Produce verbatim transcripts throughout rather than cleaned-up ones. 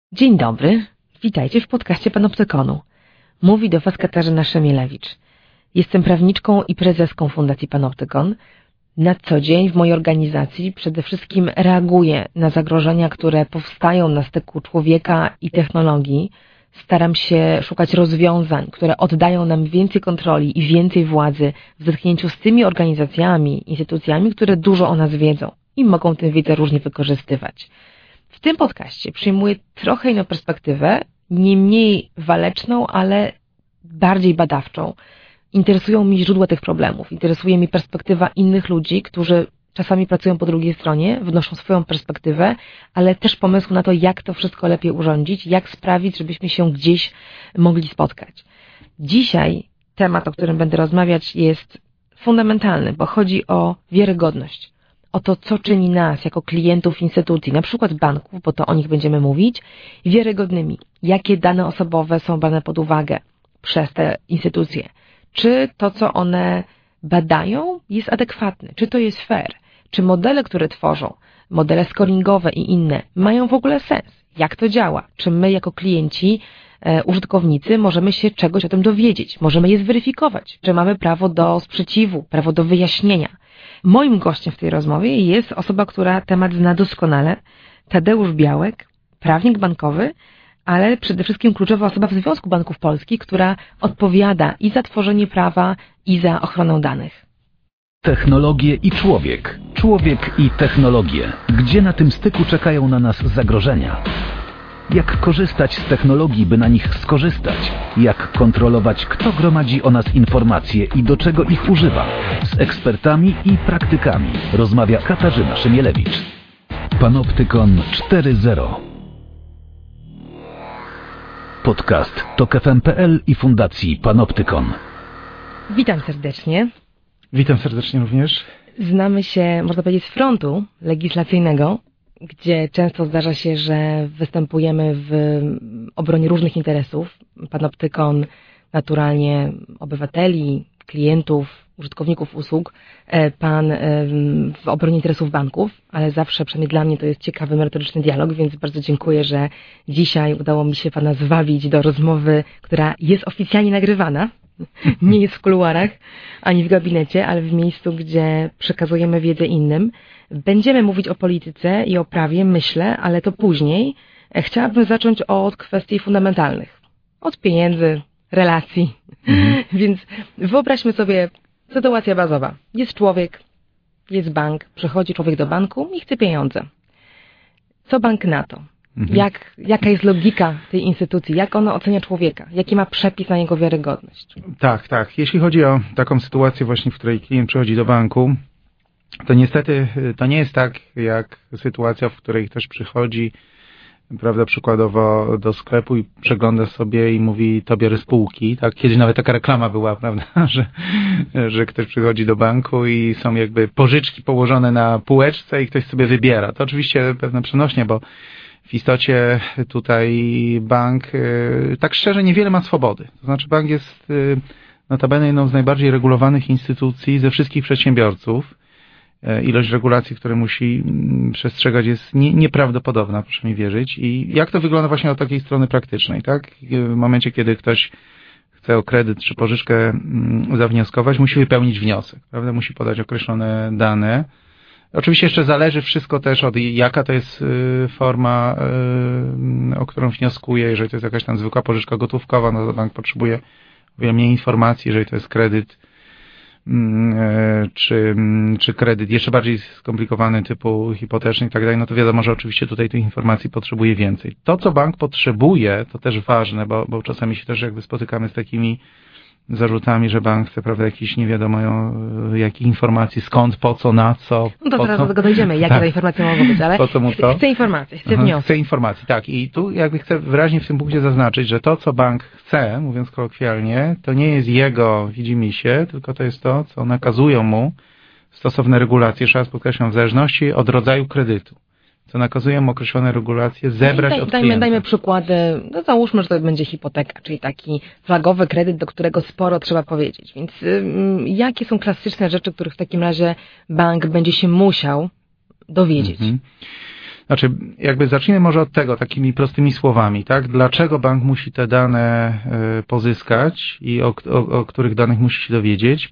Dzień dobry, witajcie w podcaście Panoptykonu. Mówi do Was Katarzyna Szemielewicz. Jestem prawniczką i prezeską Fundacji Panoptykon. Na co dzień w mojej organizacji przede wszystkim reaguję na zagrożenia, które powstają na styku człowieka i technologii. Staram się szukać rozwiązań, które oddają nam więcej kontroli i więcej władzy w zetknięciu z tymi organizacjami, instytucjami, które dużo o nas wiedzą i mogą tę wiedzę różnie wykorzystywać. W tym podcaście przyjmuję trochę inną perspektywę, nie mniej waleczną, ale bardziej badawczą. Interesują mnie źródła tych problemów, interesuje mnie perspektywa innych ludzi, którzy czasami pracują po drugiej stronie, wnoszą swoją perspektywę, ale też pomysł na to, jak to wszystko lepiej urządzić, jak sprawić, żebyśmy się gdzieś mogli spotkać. Dzisiaj temat, o którym będę rozmawiać, jest fundamentalny, bo chodzi o wiarygodność. O to, co czyni nas jako klientów instytucji, na przykład banków, bo to o nich będziemy mówić, wiarygodnymi. Jakie dane osobowe są brane pod uwagę przez te instytucje? Czy to, co one badają, jest adekwatne? Czy to jest fair? Czy modele, które tworzą, modele scoringowe i inne, mają w ogóle sens? Jak to działa? Czy my jako klienci, e, użytkownicy możemy się czegoś o tym dowiedzieć? Możemy je zweryfikować? Czy mamy prawo do sprzeciwu, prawo do wyjaśnienia? Moim gościem w tej rozmowie jest osoba, która temat zna doskonale, Tadeusz Białek, prawnik bankowy, ale przede wszystkim kluczowa osoba w Związku Banków Polskich, która odpowiada i za tworzenie prawa, i za ochronę danych. Technologie i człowiek. Człowiek i technologie. Gdzie na tym styku czekają na nas zagrożenia? Jak korzystać z technologii, by na nich skorzystać? Jak kontrolować, kto gromadzi o nas informacje i do czego ich używa? Z ekspertami i praktykami rozmawia Katarzyna Szemielewicz. Panoptykon cztery zero. Podcast Tok F M kropka P L i Fundacji Panoptykon. Witam serdecznie. Witam serdecznie również. Znamy się, można powiedzieć, z frontu legislacyjnego, gdzie często zdarza się, że występujemy w obronie różnych interesów. Panoptykon naturalnie obywateli, klientów, użytkowników usług, pan w obronie interesów banków, ale zawsze, przynajmniej dla mnie, to jest ciekawy, merytoryczny dialog, więc bardzo dziękuję, że dzisiaj udało mi się pana zwabić do rozmowy, która jest oficjalnie nagrywana. Nie jest w kuluarach, ani w gabinecie, ale w miejscu, gdzie przekazujemy wiedzę innym. Będziemy mówić o polityce i o prawie, myślę, ale to później. Chciałabym zacząć od kwestii fundamentalnych. Od pieniędzy, relacji. Mhm. Więc wyobraźmy sobie sytuacja bazowa. Jest człowiek, jest bank, przychodzi człowiek do banku i chce pieniądze. Co bank na to? Mhm. Jak, jaka jest logika tej instytucji? Jak ona ocenia człowieka? Jaki ma przepis na jego wiarygodność? Tak, tak. Jeśli chodzi o taką sytuację właśnie, w której klient przychodzi do banku, to niestety to nie jest tak, jak sytuacja, w której ktoś przychodzi, prawda, przykładowo do sklepu i przegląda sobie i mówi, to biorę spółki. Tak, kiedyś nawet taka reklama była, prawda, że, że ktoś przychodzi do banku i są jakby pożyczki położone na półeczce i ktoś sobie wybiera. To oczywiście pewne przenośnie, bo w istocie tutaj bank, tak szczerze, niewiele ma swobody. To znaczy bank jest notabene jedną z najbardziej regulowanych instytucji ze wszystkich przedsiębiorców. Ilość regulacji, które musi przestrzegać, jest nie, nieprawdopodobna, proszę mi wierzyć. I jak to wygląda właśnie od takiej strony praktycznej, tak? W momencie, kiedy ktoś chce o kredyt czy pożyczkę zawnioskować, musi wypełnić wniosek, prawda? Musi podać określone dane. Oczywiście jeszcze zależy wszystko też od jaka to jest forma, o którą wnioskuje. Jeżeli to jest jakaś tam zwykła pożyczka gotówkowa, no to bank potrzebuje o wiele mniej informacji. Jeżeli to jest kredyt czy, czy kredyt jeszcze bardziej skomplikowany typu hipoteczny i tak dalej, no to wiadomo, że oczywiście tutaj tych informacji potrzebuje więcej. To, co bank potrzebuje, to też ważne, bo, bo czasami się też jakby spotykamy z takimi zarzutami, że bank chce, prawda, jakichś nie wiadomo jakich informacji, skąd, po co, na co. No to zaraz do tego dojdziemy, jakie tak. te informacje mogą być, ale po co mu to? Chcę informacji, chcę wniosek. Chcę informacji, tak. I tu jakby chcę wyraźnie w tym punkcie zaznaczyć, że to, co bank chce, mówiąc kolokwialnie, to nie jest jego widzimisię, tylko to jest to, co nakazują mu stosowne regulacje, jeszcze raz podkreślam, w zależności od rodzaju kredytu. co nakazują określone regulacje, zebrać daj, od dajmy, klienta. dajmy przykłady, no załóżmy, że to będzie hipoteka, czyli taki flagowy kredyt, do którego sporo trzeba powiedzieć. Więc y, jakie są klasyczne rzeczy, których w takim razie bank będzie się musiał dowiedzieć? Mhm. Znaczy, jakby zacznijmy może od tego, takimi prostymi słowami, tak? Dlaczego bank musi te dane pozyskać i o, o, o których danych musi się dowiedzieć?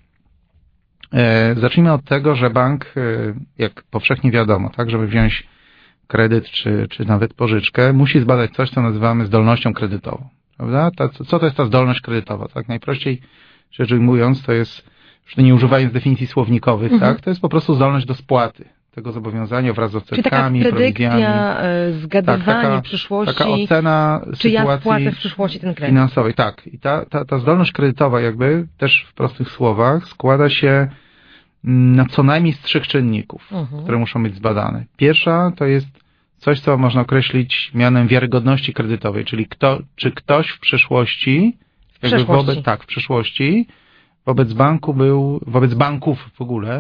Zacznijmy od tego, że bank, jak powszechnie wiadomo, tak, żeby wziąć kredyt czy, czy nawet pożyczkę, musi zbadać coś, co nazywamy zdolnością kredytową, prawda? Ta, co to jest ta zdolność kredytowa? Tak najprościej rzecz ujmując, to jest, już nie używając definicji słownikowych, mhm. tak, to jest po prostu zdolność do spłaty tego zobowiązania wraz z odsetkami, prowizjami. Czyli taka predykcja, zgadywanie tak, taka, przyszłości, taka ocena czy ja sytuacji spłacę w przyszłości ten kredyt. Finansowej, tak. I ta, ta, ta zdolność kredytowa jakby też w prostych słowach składa się na co najmniej z trzech czynników, mhm. które muszą być zbadane. Pierwsza to jest coś, co można określić mianem wiarygodności kredytowej, czyli kto, czy ktoś w przyszłości, w jakby wobec, tak, w przyszłości wobec banku był, wobec banków w ogóle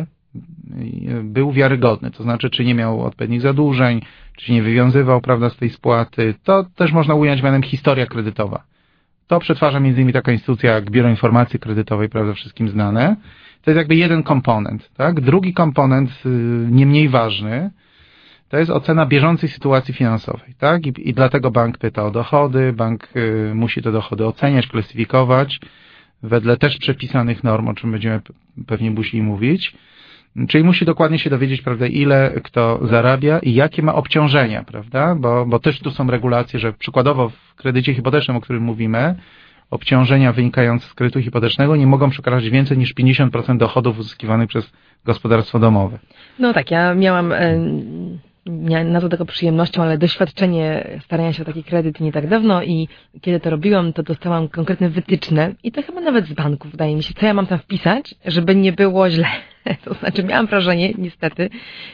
był wiarygodny, to znaczy, czy nie miał odpowiednich zadłużeń, czy nie wywiązywał, prawda, z tej spłaty. To też można ująć mianem historia kredytowa. To przetwarza między innymi taka instytucja jak Biuro Informacji Kredytowej, prawda, wszystkim znane. To jest jakby jeden komponent, tak? Drugi komponent, nie mniej ważny, to jest ocena bieżącej sytuacji finansowej, tak? I, i dlatego bank pyta o dochody, bank y, musi te dochody oceniać, klasyfikować, wedle też przepisanych norm, o czym będziemy pewnie musieli mówić. Czyli musi dokładnie się dowiedzieć, prawda, ile kto zarabia i jakie ma obciążenia, prawda? Bo, bo też tu są regulacje, że przykładowo w kredycie hipotecznym, o którym mówimy, obciążenia wynikające z kredytu hipotecznego nie mogą przekraczać więcej niż pięćdziesiąt procent dochodów uzyskiwanych przez gospodarstwo domowe. No tak, ja miałam, miałam na to tego przyjemnością, ale doświadczenie starania się o taki kredyt nie tak dawno i kiedy to robiłam, to dostałam konkretne wytyczne i to chyba nawet z banku, wydaje mi się, co ja mam tam wpisać, żeby nie było źle. To znaczy miałam wrażenie, niestety,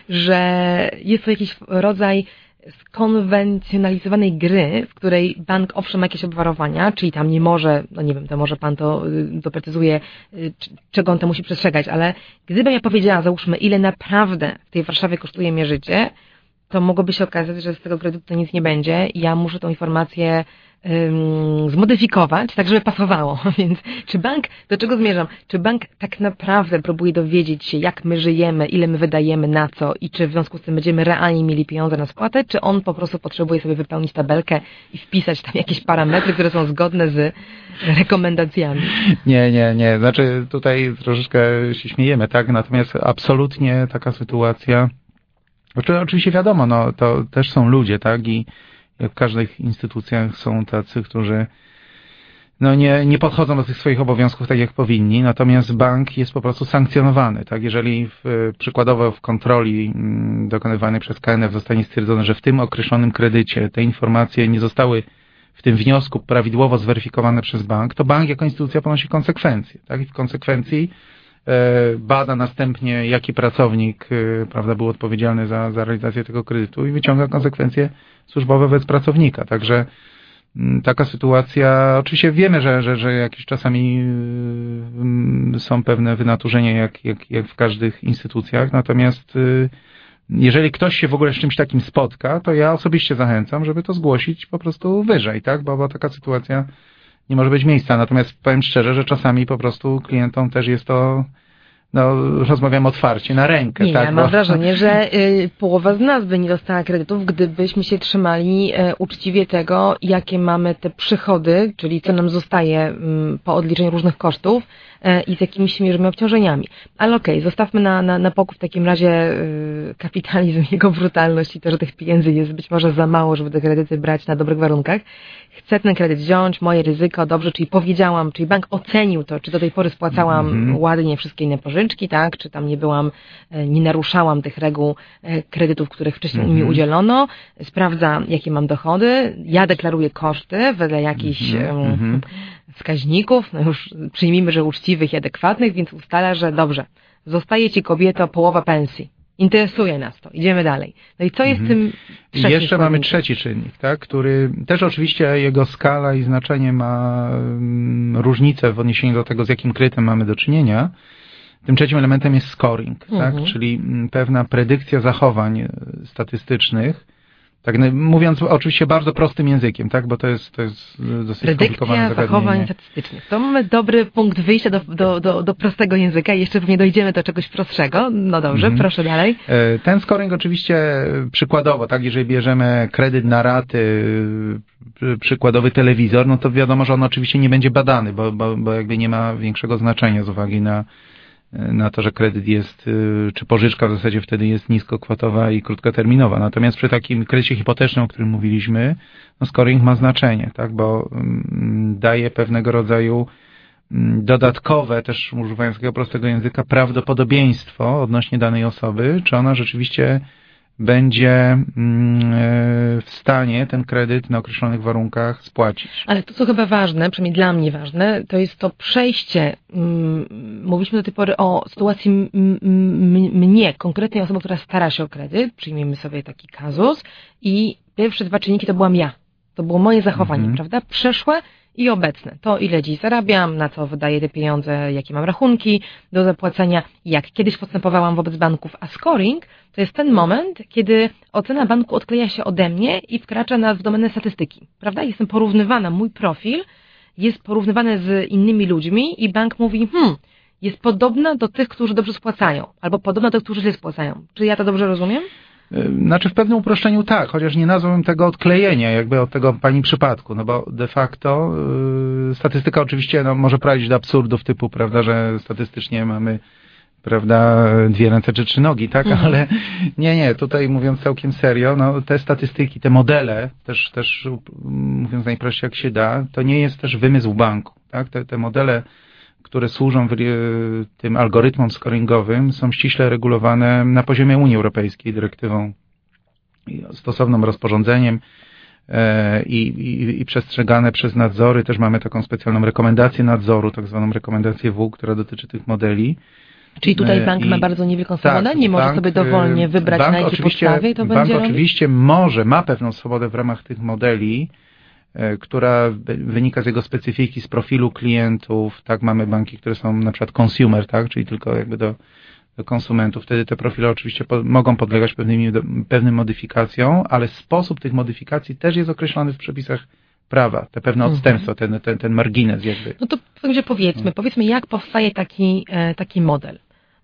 że jest to jakiś rodzaj skonwencjonalizowanej gry, w której bank owszem ma jakieś obwarowania, czyli tam nie może, no nie wiem, to może pan to doprecyzuje, czego on to musi przestrzegać, ale gdybym ja powiedziała, załóżmy, ile naprawdę w tej Warszawie kosztuje mnie życie, to mogłoby się okazać, że z tego kredytu to nic nie będzie i ja muszę tą informację um, zmodyfikować, tak żeby pasowało. Więc czy bank, do czego zmierzam? Czy bank tak naprawdę próbuje dowiedzieć się, jak my żyjemy, ile my wydajemy, na co i czy w związku z tym będziemy realnie mieli pieniądze na spłatę, czy on po prostu potrzebuje sobie wypełnić tabelkę i wpisać tam jakieś parametry, które są zgodne z rekomendacjami? Nie, nie, nie. Znaczy tutaj troszeczkę się śmiejemy, tak? Natomiast absolutnie taka sytuacja. Znaczy, oczywiście wiadomo, no to też są ludzie, tak? I jak w każdych instytucjach są tacy, którzy no nie, nie podchodzą do tych swoich obowiązków tak jak powinni, natomiast bank jest po prostu sankcjonowany, tak? Jeżeli w, przykładowo w kontroli m, dokonywanej przez K N F zostanie stwierdzone, że w tym określonym kredycie te informacje nie zostały w tym wniosku prawidłowo zweryfikowane przez bank, to bank jako instytucja ponosi konsekwencje, tak? I w konsekwencji bada następnie, jaki pracownik, prawda, był odpowiedzialny za, za realizację tego kredytu i wyciąga konsekwencje służbowe wobec pracownika. Także taka sytuacja, oczywiście wiemy, że, że, że jakieś czasami są pewne wynaturzenia jak, jak, jak w każdych instytucjach, natomiast jeżeli ktoś się w ogóle z czymś takim spotka, to ja osobiście zachęcam, żeby to zgłosić po prostu wyżej, tak, bo, bo taka sytuacja nie może być miejsca. Natomiast powiem szczerze, że czasami po prostu klientom też jest to, no, rozmawiam otwarcie, na rękę. Nie, tak? ja mam bo... wrażenie, że y, połowa z nas by nie dostała kredytów, gdybyśmy się trzymali y, uczciwie tego, jakie mamy te przychody, czyli co nam zostaje y, po odliczeniu różnych kosztów y, i z jakimi się mierzymy obciążeniami. Ale okej, okay, zostawmy na, na, na pokój w takim razie y, kapitalizm, jego brutalność i to, że tych pieniędzy jest być może za mało, żeby te kredyty brać na dobrych warunkach. Chcę ten kredyt wziąć, moje ryzyko, dobrze, czyli powiedziałam, czyli bank ocenił to, czy do tej pory spłacałam mm-hmm. ładnie wszystkie inne pożyczki, tak, czy tam nie byłam, nie naruszałam tych reguł kredytów, których wcześniej mm-hmm. mi udzielono, sprawdza, jakie mam dochody, ja deklaruję koszty wedle jakichś mm-hmm. wskaźników, no już przyjmijmy, że uczciwych i adekwatnych, więc ustala, że dobrze, zostaje ci kobieto połowa pensji. Interesuje nas to. Idziemy dalej. No i co jest mhm. tym trzecim? I jeszcze mamy trzeci czynnik, tak, który też oczywiście jego skala i znaczenie ma um, różnicę w odniesieniu do tego, z jakim kredytem mamy do czynienia. Tym trzecim elementem jest scoring, mhm. tak, czyli pewna predykcja zachowań statystycznych Tak, no, mówiąc oczywiście bardzo prostym językiem, tak, bo to jest, to jest dosyć skomplikowane zagadnienie. Predykcja zachowań statystycznych. To mamy dobry punkt wyjścia do, do, do, do prostego języka i jeszcze pewnie dojdziemy do czegoś prostszego. No dobrze, mhm. proszę dalej. Ten scoring oczywiście przykładowo, tak, jeżeli bierzemy kredyt na raty, przykładowy telewizor, no to wiadomo, że on oczywiście nie będzie badany, bo, bo, bo jakby nie ma większego znaczenia z uwagi na na to, że kredyt jest, czy pożyczka w zasadzie wtedy jest niskokwotowa i krótkoterminowa. Natomiast przy takim kredycie hipotecznym, o którym mówiliśmy, no scoring ma znaczenie, tak, bo daje pewnego rodzaju dodatkowe, też używając takiego prostego języka, prawdopodobieństwo odnośnie danej osoby, czy ona rzeczywiście będzie w stanie ten kredyt na określonych warunkach spłacić. Ale to, co chyba ważne, przynajmniej dla mnie ważne, to jest to przejście. Mówiliśmy do tej pory o sytuacji mnie, konkretnej osoby, która stara się o kredyt, przyjmiemy sobie taki kazus i pierwsze dwa czynniki to byłam ja. To było moje zachowanie, mhm. prawda? Przeszłe i obecne. To, ile dziś zarabiam, na co wydaję te pieniądze, jakie mam rachunki do zapłacenia, jak kiedyś postępowałam wobec banków, a scoring to jest ten moment, kiedy ocena banku odkleja się ode mnie i wkracza na, w domenę statystyki, prawda? Jestem porównywana, mój profil jest porównywany z innymi ludźmi i bank mówi, hmm, jest podobna do tych, którzy dobrze spłacają, albo podobna do tych, którzy źle spłacają. Czy ja to dobrze rozumiem? Znaczy w pewnym uproszczeniu tak, chociaż nie nazwałbym tego odklejenia jakby od tego pani przypadku, no bo de facto yy, statystyka oczywiście no, może prowadzić do absurdów typu, prawda, że statystycznie mamy, prawda, dwie ręce czy trzy nogi, tak, mhm. ale nie, nie, tutaj mówiąc całkiem serio, no te statystyki, te modele, też, też mówiąc najprościej jak się da, to nie jest też wymysł banku, tak, te, te modele, które służą tym algorytmom scoringowym, są ściśle regulowane na poziomie Unii Europejskiej dyrektywą stosownym rozporządzeniem i, i, i przestrzegane przez nadzory. Też mamy taką specjalną rekomendację nadzoru, tak zwaną rekomendację W, która dotyczy tych modeli. Czyli tutaj bank I, ma bardzo niewielką swobodę? Tak, nie może bank, sobie dowolnie wybrać, na jakiej podstawie to bank będzie Bank oczywiście robić? może, ma pewną swobodę w ramach tych modeli, która wynika z jego specyfiki, z profilu klientów, tak, mamy banki, które są na przykład consumer, tak, czyli tylko jakby do, do konsumentów, wtedy te profile oczywiście po, mogą podlegać pewnymi, do, pewnym modyfikacjom, ale sposób tych modyfikacji też jest określony w przepisach prawa, te pewne odstępstwa, ten, ten, ten margines jakby. No to także powiedzmy, powiedzmy jak powstaje taki, taki model,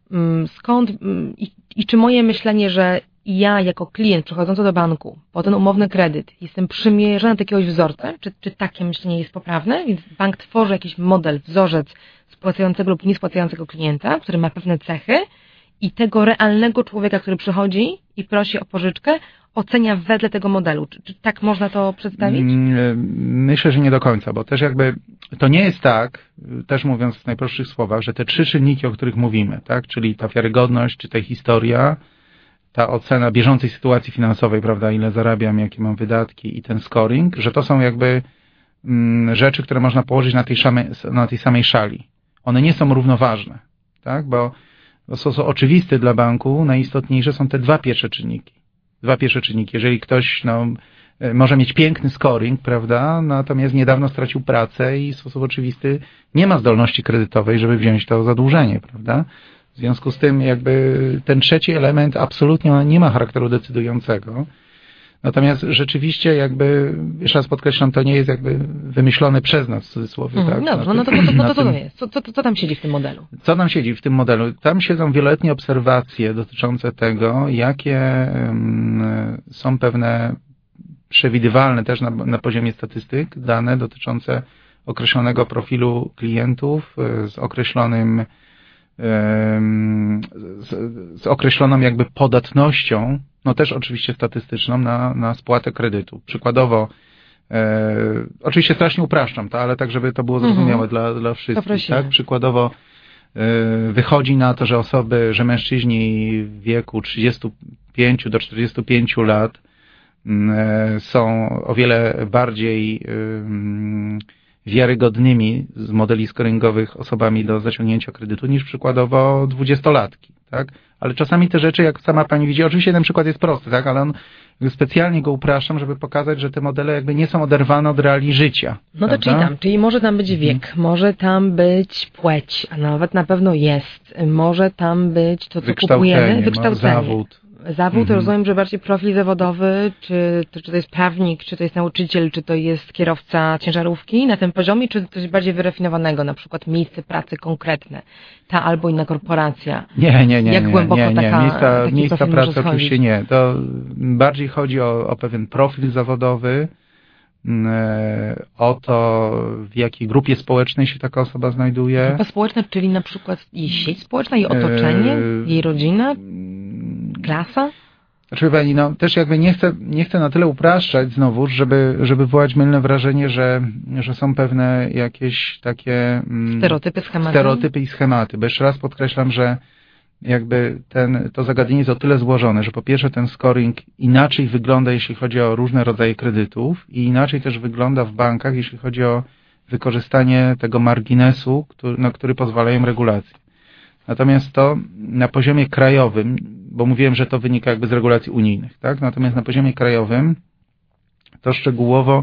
skąd i, i czy moje myślenie, że ja jako klient przychodzący do banku po ten umowny kredyt jestem przymierzony do jakiegoś wzorca, czy, czy takie myślenie jest poprawne? Więc bank tworzy jakiś model, wzorzec spłacającego lub niespłacającego klienta, który ma pewne cechy i tego realnego człowieka, który przychodzi i prosi o pożyczkę, ocenia wedle tego modelu. Czy, czy tak można to przedstawić? Myślę, że nie do końca, bo też jakby to nie jest tak, też mówiąc w najprostszych słowach, że te trzy czynniki, o których mówimy, tak, czyli ta wiarygodność, czy ta historia, ta ocena bieżącej sytuacji finansowej, prawda, ile zarabiam, jakie mam wydatki i ten scoring, że to są jakby mm, rzeczy, które można położyć na tej, szamej, na tej samej szali. One nie są równoważne, tak, bo w sposób oczywisty dla banku najistotniejsze są te dwa pierwsze czynniki. Dwa pierwsze czynniki. Jeżeli ktoś no, może mieć piękny scoring, prawda, natomiast niedawno stracił pracę i w sposób oczywisty nie ma zdolności kredytowej, żeby wziąć to zadłużenie, prawda. W związku z tym jakby ten trzeci element absolutnie nie ma charakteru decydującego. Natomiast rzeczywiście jakby, jeszcze raz podkreślam, to nie jest jakby wymyślone przez nas w cudzysłowie. Mm, tak? Dobrze, no to, to, to, to, to, to jest. Co, co, co tam siedzi w tym modelu? Co tam siedzi w tym modelu? Tam siedzą wieloletnie obserwacje dotyczące tego, jakie um, są pewne przewidywalne też na, na poziomie statystyk dane dotyczące określonego profilu klientów z określonym Z, z określoną jakby podatnością, no też oczywiście statystyczną na, na spłatę kredytu. Przykładowo, e, oczywiście strasznie upraszczam to, ale tak, żeby to było zrozumiałe mm-hmm. dla, dla wszystkich. Tak? Przykładowo e, wychodzi na to, że osoby, że mężczyźni w wieku trzydziestu pięciu do czterdziestu pięciu lat e, są o wiele bardziej e, wiarygodnymi z modeli scoringowych osobami do zaciągnięcia kredytu niż przykładowo dwudziestolatki, tak? Ale czasami te rzeczy, jak sama pani widzi, oczywiście ten przykład jest prosty, tak? Ale on, specjalnie go upraszczam, żeby pokazać, że te modele jakby nie są oderwane od reali życia. No to czytam, czyli może tam być wiek, hmm. może tam być płeć, a nawet na pewno jest, może tam być to, co wykształcenie, kupujemy, wykształcenie. Zawód, zawód, Mhm. rozumiem, że bardziej profil zawodowy, czy to, czy to jest prawnik, czy to jest nauczyciel, czy to jest kierowca ciężarówki na tym poziomie, czy coś bardziej wyrafinowanego, na przykład miejsce pracy konkretne, ta albo inna korporacja. Nie, nie, nie. Jak nie, głęboko nie, nie. taka, Miejsca, taki miejsca profil pracy może schodzić? oczywiście nie. To bardziej chodzi o, o pewien profil zawodowy, o to, w jakiej grupie społecznej się taka osoba znajduje. Grupa społeczna, czyli na przykład jej sieć społeczna, jej otoczenie, Eee, jej rodzina, klasa? Znaczy, pani, no, też jakby nie chcę, nie chcę na tyle upraszczać znowu, żeby, żeby wywołać mylne wrażenie, że, że są pewne jakieś takie mm, Stereotypy, schematy? stereotypy i schematy. Bo jeszcze raz podkreślam, że jakby ten, to zagadnienie jest o tyle złożone, że po pierwsze ten scoring inaczej wygląda, jeśli chodzi o różne rodzaje kredytów i inaczej też wygląda w bankach, jeśli chodzi o wykorzystanie tego marginesu, który, na który pozwalają regulacje. Natomiast to na poziomie krajowym, bo mówiłem, że to wynika jakby z regulacji unijnych, tak? Natomiast na poziomie krajowym to szczegółowo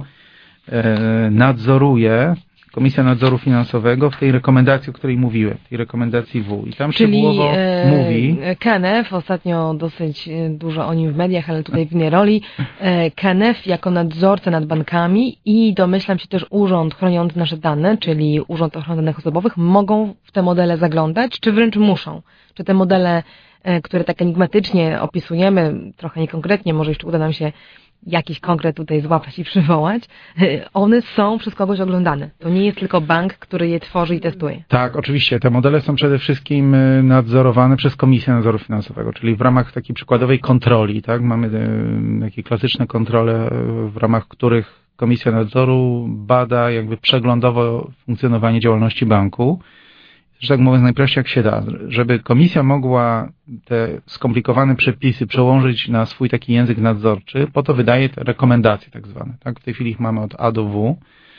e, nadzoruje Komisja Nadzoru Finansowego w tej rekomendacji, o której mówiłem, tej rekomendacji W. I tam Czyli szczegółowo e, mówi... K N F, ostatnio dosyć dużo o nim w mediach, ale tutaj w innej roli, e, K N F jako nadzorca nad bankami i domyślam się też Urząd Chroniący Nasze Dane, czyli Urząd Ochrony Danych Osobowych, mogą w te modele zaglądać, czy wręcz muszą? Czy te modele, e, które tak enigmatycznie opisujemy, trochę niekonkretnie, może jeszcze uda nam się jakiś konkret tutaj złapać i przywołać, one są przez kogoś oglądane. To nie jest tylko bank, który je tworzy i testuje. Tak, oczywiście. Te modele są przede wszystkim nadzorowane przez Komisję Nadzoru Finansowego, czyli w ramach takiej przykładowej kontroli, tak? Mamy takie klasyczne kontrole, w ramach których Komisja Nadzoru bada jakby przeglądowo funkcjonowanie działalności banku. Że tak mówiąc najprościej jak się da, żeby komisja mogła te skomplikowane przepisy przełożyć na swój taki język nadzorczy, po to wydaje te rekomendacje tak zwane. Tak? W tej chwili ich mamy od A do W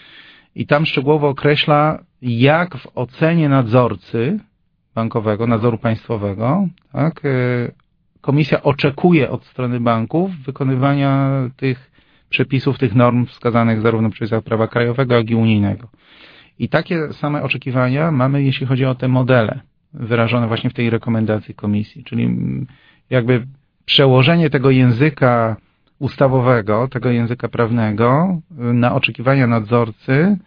i tam szczegółowo określa, jak w ocenie nadzorcy bankowego, nadzoru państwowego, tak, komisja oczekuje od strony banków wykonywania tych przepisów, tych norm wskazanych zarówno w przepisach prawa krajowego, jak i unijnego. I takie same oczekiwania mamy, jeśli chodzi o te modele wyrażone właśnie w tej rekomendacji komisji, czyli jakby przełożenie tego języka ustawowego, tego języka prawnego na oczekiwania nadzorcy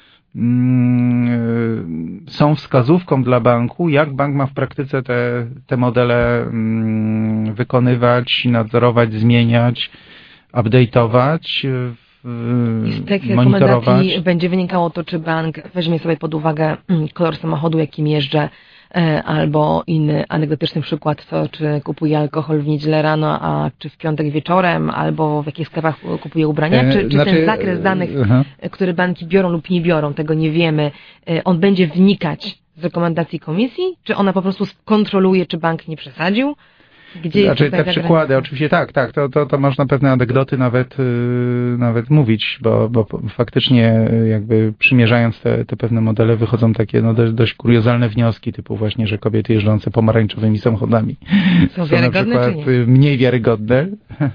są wskazówką dla banku, jak bank ma w praktyce te, te modele wykonywać, nadzorować, zmieniać, update'ować, I z tych rekomendacji będzie wynikało to, czy bank weźmie sobie pod uwagę kolor samochodu, jakim jeżdżę, albo inny anegdotyczny przykład, to czy kupuje alkohol w niedzielę rano, a czy w piątek wieczorem, albo w jakich sklepach kupuje ubrania, czy, czy znaczy, ten zakres danych, uh-huh. które banki biorą lub nie biorą, tego nie wiemy, on będzie wynikać z rekomendacji komisji, czy ona po prostu kontroluje, czy bank nie przesadził? Gdzie znaczy te przykłady, granica? Oczywiście tak, tak, to, to, to można pewne anegdoty nawet, yy, nawet mówić, bo, bo faktycznie jakby przymierzając te, te pewne modele wychodzą takie no, dość, dość kuriozalne wnioski, typu właśnie, że kobiety jeżdżące pomarańczowymi samochodami są, są na przykład mniej wiarygodne,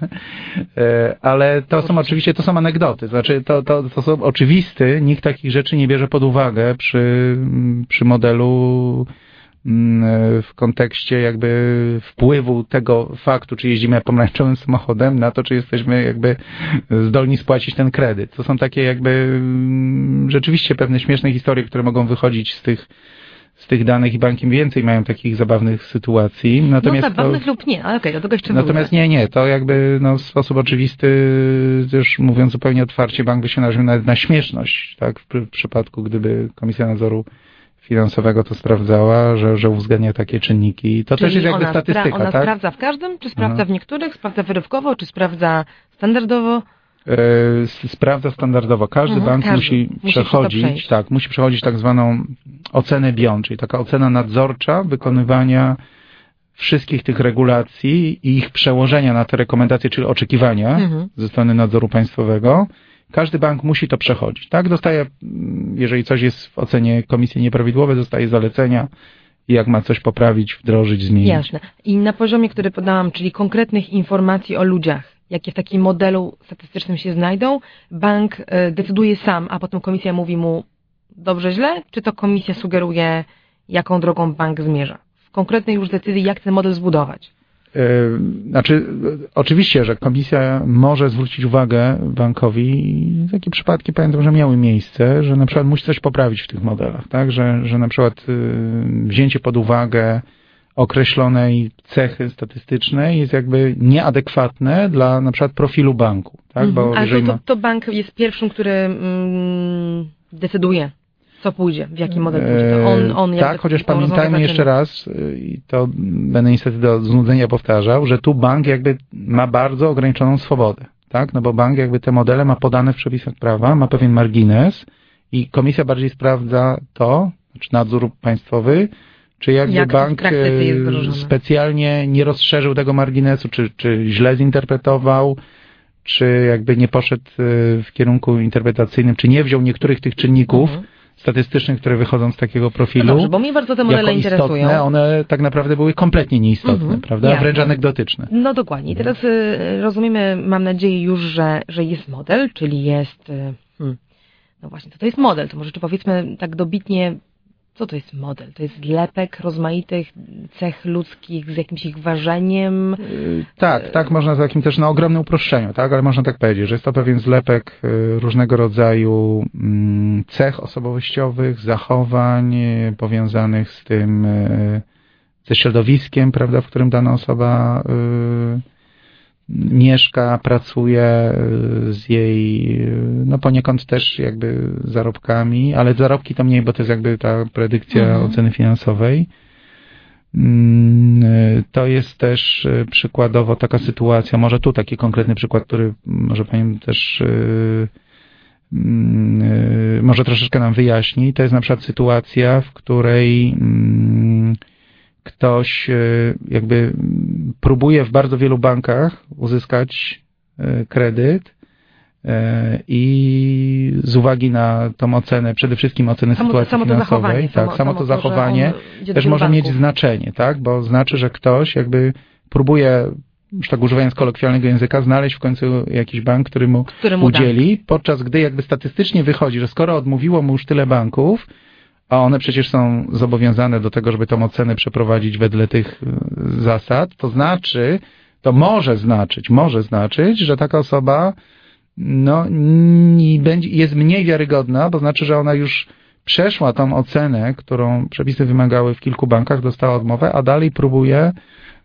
ale to są oczywiście, to są anegdoty, znaczy to, to, to są oczywisty, nikt takich rzeczy nie bierze pod uwagę przy, przy modelu w kontekście jakby wpływu tego faktu, czy jeździmy pomarańczowym samochodem, na to, czy jesteśmy jakby zdolni spłacić ten kredyt. To są takie jakby rzeczywiście pewne śmieszne historie, które mogą wychodzić z tych z tych danych i banki więcej mają takich zabawnych sytuacji. Natomiast no zabawnych to, lub nie, ale okej, okay, do tego jeszcze Natomiast nie, nie, to jakby no, w sposób oczywisty, też mówiąc zupełnie otwarcie, bank by się naraził nawet na śmieszność, tak, w, w przypadku, gdyby Komisja Nadzoru Finansowego to sprawdzała, że, że uwzględnia takie czynniki. To Czyli też jest jakby ona statystyka, spra- ona tak? sprawdza w każdym, czy sprawdza Aha. w niektórych, sprawdza wyrywkowo, czy sprawdza standardowo? Yy, sprawdza standardowo. Każdy mhm, bank każdy. musi, musi przechodzić, tak, musi przechodzić tak zwaną ocenę B I O N, czyli taka ocena nadzorcza wykonywania wszystkich tych regulacji i ich przełożenia na te rekomendacje, czyli oczekiwania mhm. ze strony nadzoru państwowego. Każdy bank musi to przechodzić, tak? Dostaje, jeżeli coś jest w ocenie komisji nieprawidłowe, dostaje zalecenia i jak ma coś poprawić, wdrożyć, zmienić. Jasne. I na poziomie, który podałam, czyli konkretnych informacji o ludziach, jakie w takim modelu statystycznym się znajdą, bank decyduje sam, a potem komisja mówi mu dobrze, źle, czy to komisja sugeruje, jaką drogą bank zmierza? W konkretnej już decyzji, jak ten model zbudować? Znaczy, oczywiście, że komisja może zwrócić uwagę bankowi. Takie przypadki pamiętam, że miały miejsce, że na przykład musi coś poprawić w tych modelach, tak? Że, że na przykład wzięcie pod uwagę określonej cechy statystycznej jest jakby nieadekwatne dla na przykład profilu banku, tak? Mhm. Bo Ale to, ma... to, to bank jest pierwszym, który mm, decyduje, co pójdzie, w jaki model pójdzie. To on, on tak, chociaż pamiętajmy jeszcze raz, i to będę niestety do znudzenia powtarzał, że tu bank jakby ma bardzo ograniczoną swobodę, tak? No bo bank jakby te modele ma podane w przepisach prawa, ma pewien margines i komisja bardziej sprawdza to, znaczy nadzór państwowy, czy jakby Jak bank specjalnie nie rozszerzył tego marginesu, czy, czy źle zinterpretował, czy jakby nie poszedł w kierunku interpretacyjnym, czy nie wziął niektórych tych czynników, mhm. statystycznych, które wychodzą z takiego profilu. No dobrze, bo mnie bardzo te modele interesują. Istotne, one tak naprawdę były kompletnie nieistotne, mm-hmm. prawda? Ja. Wręcz anegdotyczne. No dokładnie. Teraz y, rozumiemy, mam nadzieję już, że, że jest model, czyli jest, y, hmm, no właśnie, co to jest model? To może czy powiedzmy tak dobitnie, co to jest model? To jest zlepek rozmaitych cech ludzkich z jakimś ich ważeniem? Yy, tak, tak, można takim też na ogromnym uproszczeniu, tak, ale można tak powiedzieć, że jest to pewien zlepek yy, różnego rodzaju yy, cech osobowościowych, zachowań yy, powiązanych z tym, yy, ze środowiskiem, prawda, w którym dana osoba yy, mieszka, pracuje, z jej, no poniekąd też jakby zarobkami, ale zarobki to mniej, bo to jest jakby ta predykcja mhm. oceny finansowej. To jest też przykładowo taka sytuacja, może tu taki konkretny przykład, który może Pani też może troszeczkę nam wyjaśni. To jest na przykład sytuacja, w której ktoś jakby próbuje w bardzo wielu bankach uzyskać kredyt i z uwagi na tą ocenę, przede wszystkim ocenę samo, sytuacji samo finansowej, tak, samo, samo to zachowanie też może banków. mieć znaczenie, tak, bo znaczy, że ktoś jakby próbuje, już tak używając kolokwialnego języka, znaleźć w końcu jakiś bank, który mu, który mu udzieli, da. podczas gdy jakby statystycznie wychodzi, że skoro odmówiło mu już tyle banków, a one przecież są zobowiązane do tego, żeby tą ocenę przeprowadzić wedle tych zasad, to znaczy, to może znaczyć, może znaczyć, że taka osoba no, będzie, jest mniej wiarygodna, bo znaczy, że ona już przeszła tą ocenę, którą przepisy wymagały w kilku bankach, dostała odmowę, a dalej próbuje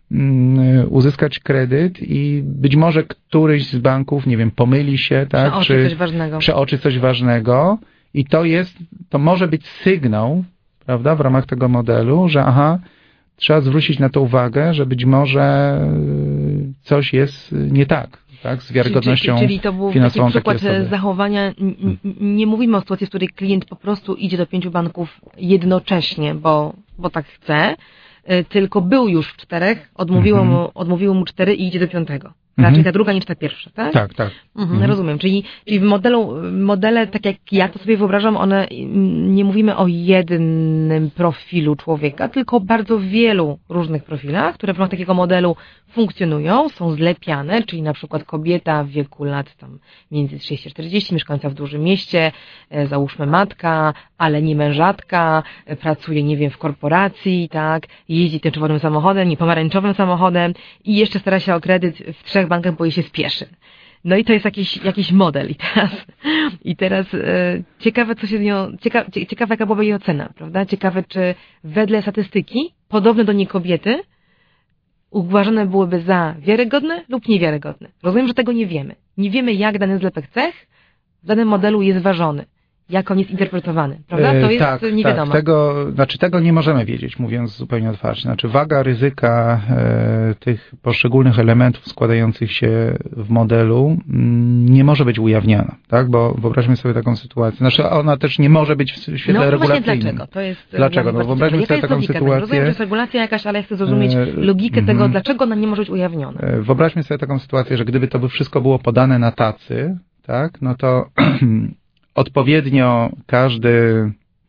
uzyskać kredyt i być może któryś z banków, nie wiem, pomyli się, tak, przeoczy czy coś ważnego. przeoczy coś ważnego. I to jest, to może być sygnał, prawda, w ramach tego modelu, że aha, trzeba zwrócić na to uwagę, że być może coś jest nie tak, tak, z wiarygodnością czyli, czyli to był finansową taki przykład takiej osoby. zachowania, nie mówimy o sytuacji, w której klient po prostu idzie do pięciu banków jednocześnie, bo, bo tak chce, tylko był już w czterech, odmówiło mhm. mu, odmówiło mu cztery i idzie do piątego. Raczej mhm. ta druga niż ta pierwsza, tak? Tak, tak. Mhm, mhm. Rozumiem. Czyli, czyli w modelu, modele, tak jak ja to sobie wyobrażam, one nie mówimy o jednym profilu człowieka, tylko o bardzo wielu różnych profilach, które w ramach takiego modelu funkcjonują, są zlepiane, czyli na przykład kobieta w wieku lat tam między trzydzieści a czterdzieści, mieszkająca w dużym mieście, załóżmy matka, ale nie mężatka, pracuje, nie wiem, w korporacji, tak, jeździ tym czerwonym samochodem, nie pomarańczowym samochodem i jeszcze stara się o kredyt w trzech bankach, bo jej się spieszy. No i to jest jakiś, jakiś model. I teraz, i teraz e, ciekawe, co się z nią, cieka, ciekawe, jaka byłaby jej ocena, prawda? Ciekawe, czy wedle statystyki podobne do niej kobiety uważane byłyby za wiarygodne lub niewiarygodne. Rozumiem, że tego nie wiemy. Nie wiemy, jak dany zlepek cech w danym modelu jest ważony. Jak on jest interpretowany, prawda? To jest tak, nie wiadomo. Tak, tego, znaczy tego nie możemy wiedzieć, mówiąc zupełnie otwarcie. Znaczy waga ryzyka e, tych poszczególnych elementów składających się w modelu m, nie może być ujawniana, tak? Bo wyobraźmy sobie taką sytuację. Znaczy ona też nie może być w świetle no, regulacyjnym. dlaczego? To jest dlaczego? No wyobraźmy sobie taką logika? sytuację. Rozumiem, że jest regulacja jakaś, ale ja chcę zrozumieć logikę tego, mm, dlaczego ona nie może być ujawniona. Wyobraźmy sobie taką sytuację, że gdyby to by wszystko było podane na tacy, tak? No to odpowiednio każdy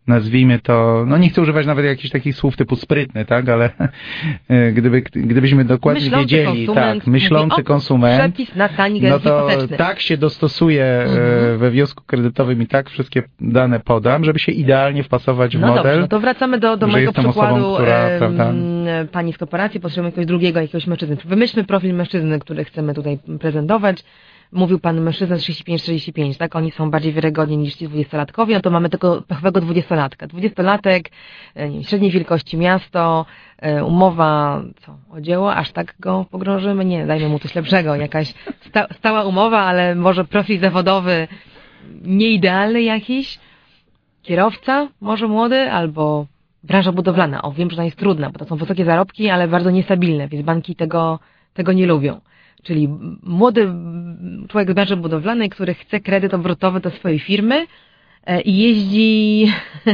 nazwijmy to, no nie chcę używać nawet jakichś takich słów typu sprytny, tak, ale gdyby, gdybyśmy dokładnie myślący wiedzieli, tak, myślący mówi, konsument, przepis na tani no to hipoteczny. tak się dostosuje mhm. we wniosku kredytowym i tak wszystkie dane podam, żeby się idealnie wpasować w no model. Dobrze, no to wracamy do, do mojego przykładu osobą, która, em, prawda, pani z kooperacji, potrzebujemy jakiegoś drugiego, jakiegoś mężczyzny. Wymyślmy profil mężczyzny, który chcemy tutaj prezentować. Mówił pan mężczyzna trzydzieści pięć czterdzieści pięć, tak? Oni są bardziej wiarygodni niż ci dwudziestolatkowie, no to mamy tylko pechowego dwudziestolatka. Dwudziestolatek, nie wiem, średniej wielkości miasto, umowa, co, o dzieło, aż tak go pogrążymy? Nie, dajmy mu coś lepszego, jakaś sta, stała umowa, ale może profil zawodowy nieidealny jakiś, kierowca, może młody, albo branża budowlana. O, wiem, że ona jest trudna, bo to są wysokie zarobki, ale bardzo niestabilne, więc banki tego, tego nie lubią. Czyli młody człowiek z branży budowlanej, który chce kredyt obrotowy do swojej firmy i jeździ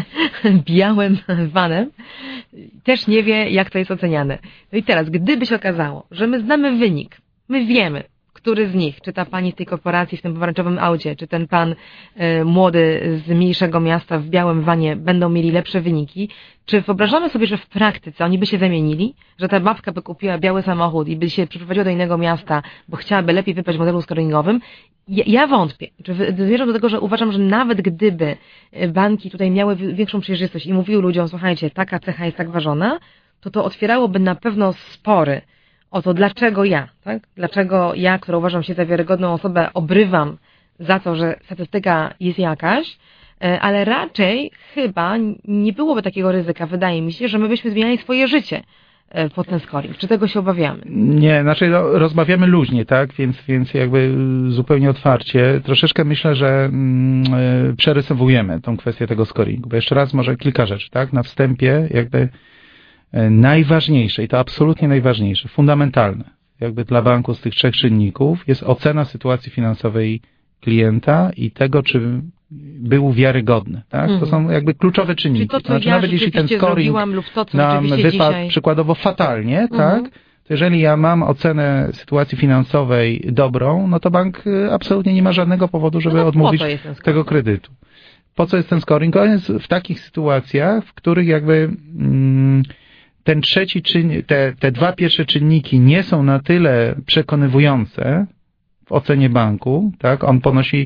białym vanem, też nie wie, jak to jest oceniane. No i teraz, gdyby się okazało, że my znamy wynik, my wiemy, który z nich, czy ta pani z tej korporacji w tym pomarańczowym aucie, czy ten pan y, młody z mniejszego miasta w białym wanie będą mieli lepsze wyniki, czy wyobrażamy sobie, że w praktyce oni by się zamienili, że ta babka by kupiła biały samochód i by się przeprowadziła do innego miasta, bo chciałaby lepiej wypaść w modelu scoringowym? Ja, ja wątpię. Zmierzam do tego, że uważam, że nawet gdyby banki tutaj miały większą przejrzystość i mówiły ludziom, słuchajcie, taka cecha jest tak ważona, to to otwierałoby na pewno spory o to, dlaczego ja, tak? Dlaczego ja, która uważam się za wiarygodną osobę, obrywam za to, że statystyka jest jakaś, ale raczej chyba nie byłoby takiego ryzyka, wydaje mi się, że my byśmy zmieniali swoje życie pod ten scoring. Czy tego się obawiamy? Nie, znaczy no, rozmawiamy luźnie, tak? Więc, więc jakby zupełnie otwarcie. Troszeczkę myślę, że mm, przerysowujemy tą kwestię tego scoringu. Bo jeszcze raz może kilka rzeczy, tak? Na wstępie jakby najważniejsze i to absolutnie najważniejsze, fundamentalne, jakby dla banku z tych trzech czynników jest ocena sytuacji finansowej klienta i tego, czy był wiarygodny, tak? Mm. To są jakby kluczowe czynniki. Czyli to, co znaczy, ja nawet jeśli ten scoring lub to, co nam wypadł dzisiaj... przykładowo fatalnie, mm. tak? To jeżeli ja mam ocenę sytuacji finansowej dobrą, no to bank absolutnie nie ma żadnego powodu, żeby no, odmówić tego kredytu. Po co jest ten scoring? On jest w takich sytuacjach, w których jakby mm, ten trzeci czynnik, te, te dwa pierwsze czynniki nie są na tyle przekonywujące w ocenie banku, tak? On ponosi,